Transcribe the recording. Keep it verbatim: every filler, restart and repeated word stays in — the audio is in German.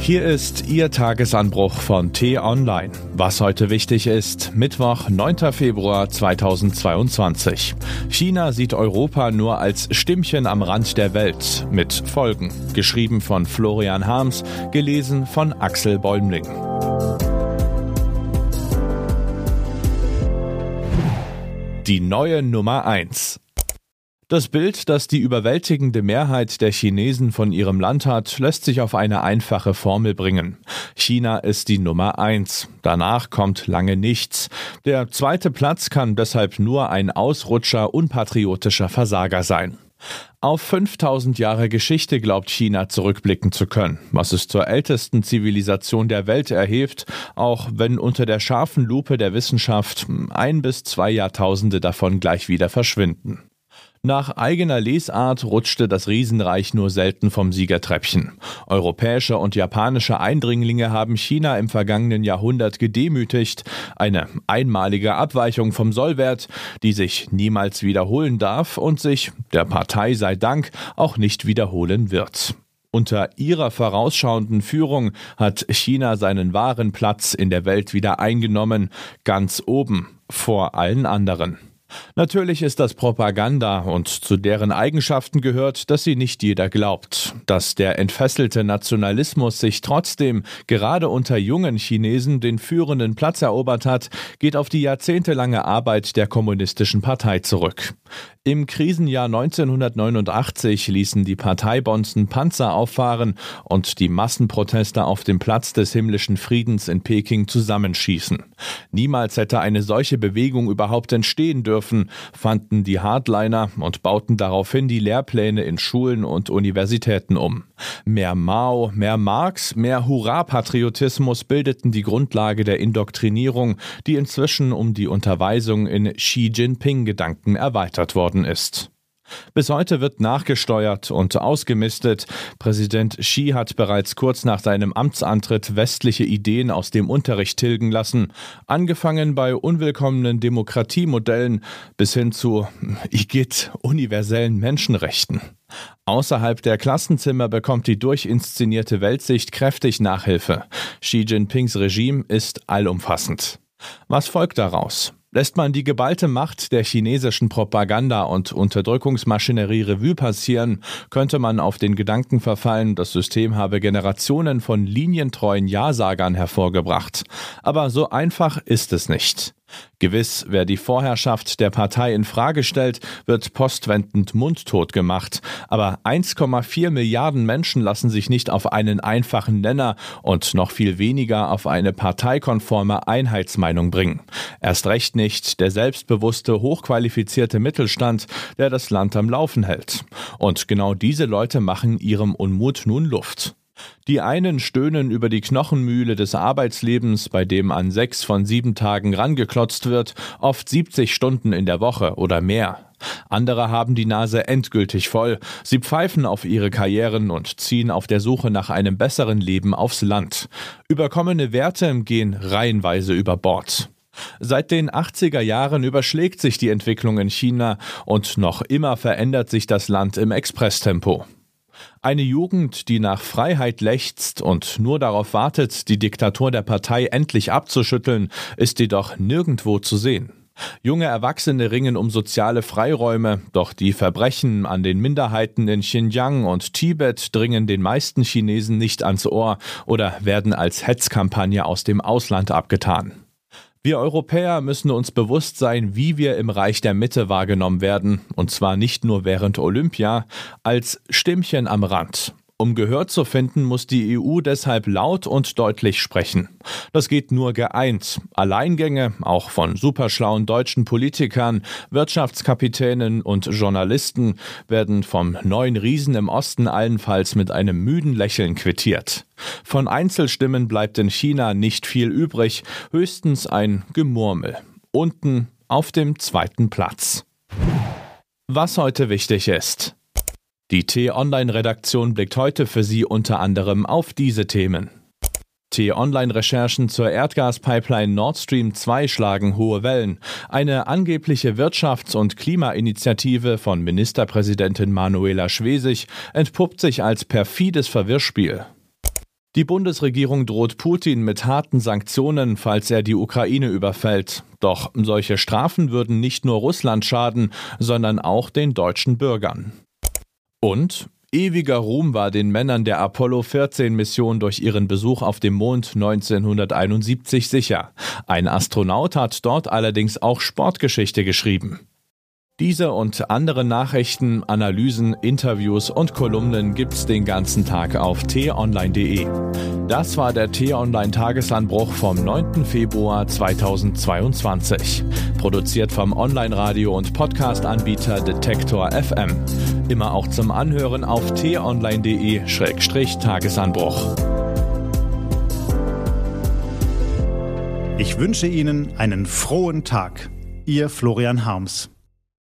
Hier ist Ihr Tagesanbruch von T-Online. Was heute wichtig ist, Mittwoch, neunter Februar zweitausendzweiundzwanzig. China sieht Europa nur als Stimmchen am Rand der Welt mit Folgen. Geschrieben von Florian Harms, gelesen von Axel Bäumling. Die neue Nummer eins. Das Bild, das die überwältigende Mehrheit der Chinesen von ihrem Land hat, lässt sich auf eine einfache Formel bringen. China ist die Nummer eins. Danach kommt lange nichts. Der zweite Platz kann deshalb nur ein Ausrutscher unpatriotischer Versager sein. Auf fünftausend Jahre Geschichte glaubt China zurückblicken zu können, was es zur ältesten Zivilisation der Welt erhebt, auch wenn unter der scharfen Lupe der Wissenschaft ein bis zwei Jahrtausende davon gleich wieder verschwinden. Nach eigener Lesart rutschte das Riesenreich nur selten vom Siegertreppchen. Europäische und japanische Eindringlinge haben China im vergangenen Jahrhundert gedemütigt. Eine einmalige Abweichung vom Sollwert, die sich niemals wiederholen darf und sich, der Partei sei Dank, auch nicht wiederholen wird. Unter ihrer vorausschauenden Führung hat China seinen wahren Platz in der Welt wieder eingenommen, ganz oben, vor allen anderen. Natürlich ist das Propaganda und zu deren Eigenschaften gehört, dass sie nicht jeder glaubt. Dass der entfesselte Nationalismus sich trotzdem gerade unter jungen Chinesen den führenden Platz erobert hat, geht auf die jahrzehntelange Arbeit der Kommunistischen Partei zurück. Im Krisenjahr neunzehnhundertneunundachtzig ließen die Parteibonzen Panzer auffahren und die Massenproteste auf dem Platz des himmlischen Friedens in Peking zusammenschießen. Niemals hätte eine solche Bewegung überhaupt entstehen dürfen, fanden die Hardliner und bauten daraufhin die Lehrpläne in Schulen und Universitäten um. Mehr Mao, mehr Marx, mehr Hurra-Patriotismus bildeten die Grundlage der Indoktrinierung, die inzwischen um die Unterweisung in Xi Jinping-Gedanken erweitert worden ist. Bis heute wird nachgesteuert und ausgemistet. Präsident Xi hat bereits kurz nach seinem Amtsantritt westliche Ideen aus dem Unterricht tilgen lassen, angefangen bei unwillkommenen Demokratiemodellen bis hin zu, igitt, universellen Menschenrechten. Außerhalb der Klassenzimmer bekommt die durchinszenierte Weltsicht kräftig Nachhilfe. Xi Jinpings Regime ist allumfassend. Was folgt daraus? Lässt man die geballte Macht der chinesischen Propaganda- und Unterdrückungsmaschinerie Revue passieren, könnte man auf den Gedanken verfallen, das System habe Generationen von linientreuen Ja-Sagern hervorgebracht. Aber so einfach ist es nicht. Gewiss, wer die Vorherrschaft der Partei in Frage stellt, wird postwendend mundtot gemacht. Aber eins Komma vier Milliarden Menschen lassen sich nicht auf einen einfachen Nenner und noch viel weniger auf eine parteikonforme Einheitsmeinung bringen. Erst recht nicht der selbstbewusste, hochqualifizierte Mittelstand, der das Land am Laufen hält. Und genau diese Leute machen ihrem Unmut nun Luft. Die einen stöhnen über die Knochenmühle des Arbeitslebens, bei dem an sechs von sieben Tagen rangeklotzt wird, oft siebzig Stunden in der Woche oder mehr. Andere haben die Nase endgültig voll. Sie pfeifen auf ihre Karrieren und ziehen auf der Suche nach einem besseren Leben aufs Land. Überkommene Werte gehen reihenweise über Bord. Seit den achtziger Jahren überschlägt sich die Entwicklung in China und noch immer verändert sich das Land im Expresstempo. Eine Jugend, die nach Freiheit lechzt und nur darauf wartet, die Diktatur der Partei endlich abzuschütteln, ist jedoch nirgendwo zu sehen. Junge Erwachsene ringen um soziale Freiräume, doch die Verbrechen an den Minderheiten in Xinjiang und Tibet dringen den meisten Chinesen nicht ans Ohr oder werden als Hetzkampagne aus dem Ausland abgetan. Wir Europäer müssen uns bewusst sein, wie wir im Reich der Mitte wahrgenommen werden, und zwar nicht nur während Olympia, als Stimmchen am Rand. Um Gehör zu finden, muss die E U deshalb laut und deutlich sprechen. Das geht nur geeint. Alleingänge, auch von superschlauen deutschen Politikern, Wirtschaftskapitänen und Journalisten, werden vom neuen Riesen im Osten allenfalls mit einem müden Lächeln quittiert. Von Einzelstimmen bleibt in China nicht viel übrig, höchstens ein Gemurmel. Unten auf dem zweiten Platz. Was heute wichtig ist. Die T-Online-Redaktion blickt heute für Sie unter anderem auf diese Themen. T-Online-Recherchen zur Erdgaspipeline Nord Stream zwei schlagen hohe Wellen. Eine angebliche Wirtschafts- und Klimainitiative von Ministerpräsidentin Manuela Schwesig entpuppt sich als perfides Verwirrspiel. Die Bundesregierung droht Putin mit harten Sanktionen, falls er die Ukraine überfällt. Doch solche Strafen würden nicht nur Russland schaden, sondern auch den deutschen Bürgern. Und ewiger Ruhm war den Männern der Apollo vierzehn Mission durch ihren Besuch auf dem Mond neunzehnhunderteinundsiebzig sicher. Ein Astronaut hat dort allerdings auch Sportgeschichte geschrieben. Diese und andere Nachrichten, Analysen, Interviews und Kolumnen gibt's den ganzen Tag auf t online punkt de. Das war der T-Online-Tagesanbruch vom neunten Februar zweitausendzweiundzwanzig. Produziert vom Online-Radio- und Podcast-Anbieter Detektor F M. Immer auch zum Anhören auf t online punkt de Schrägstrich Tagesanbruch. Ich wünsche Ihnen einen frohen Tag. Ihr Florian Harms.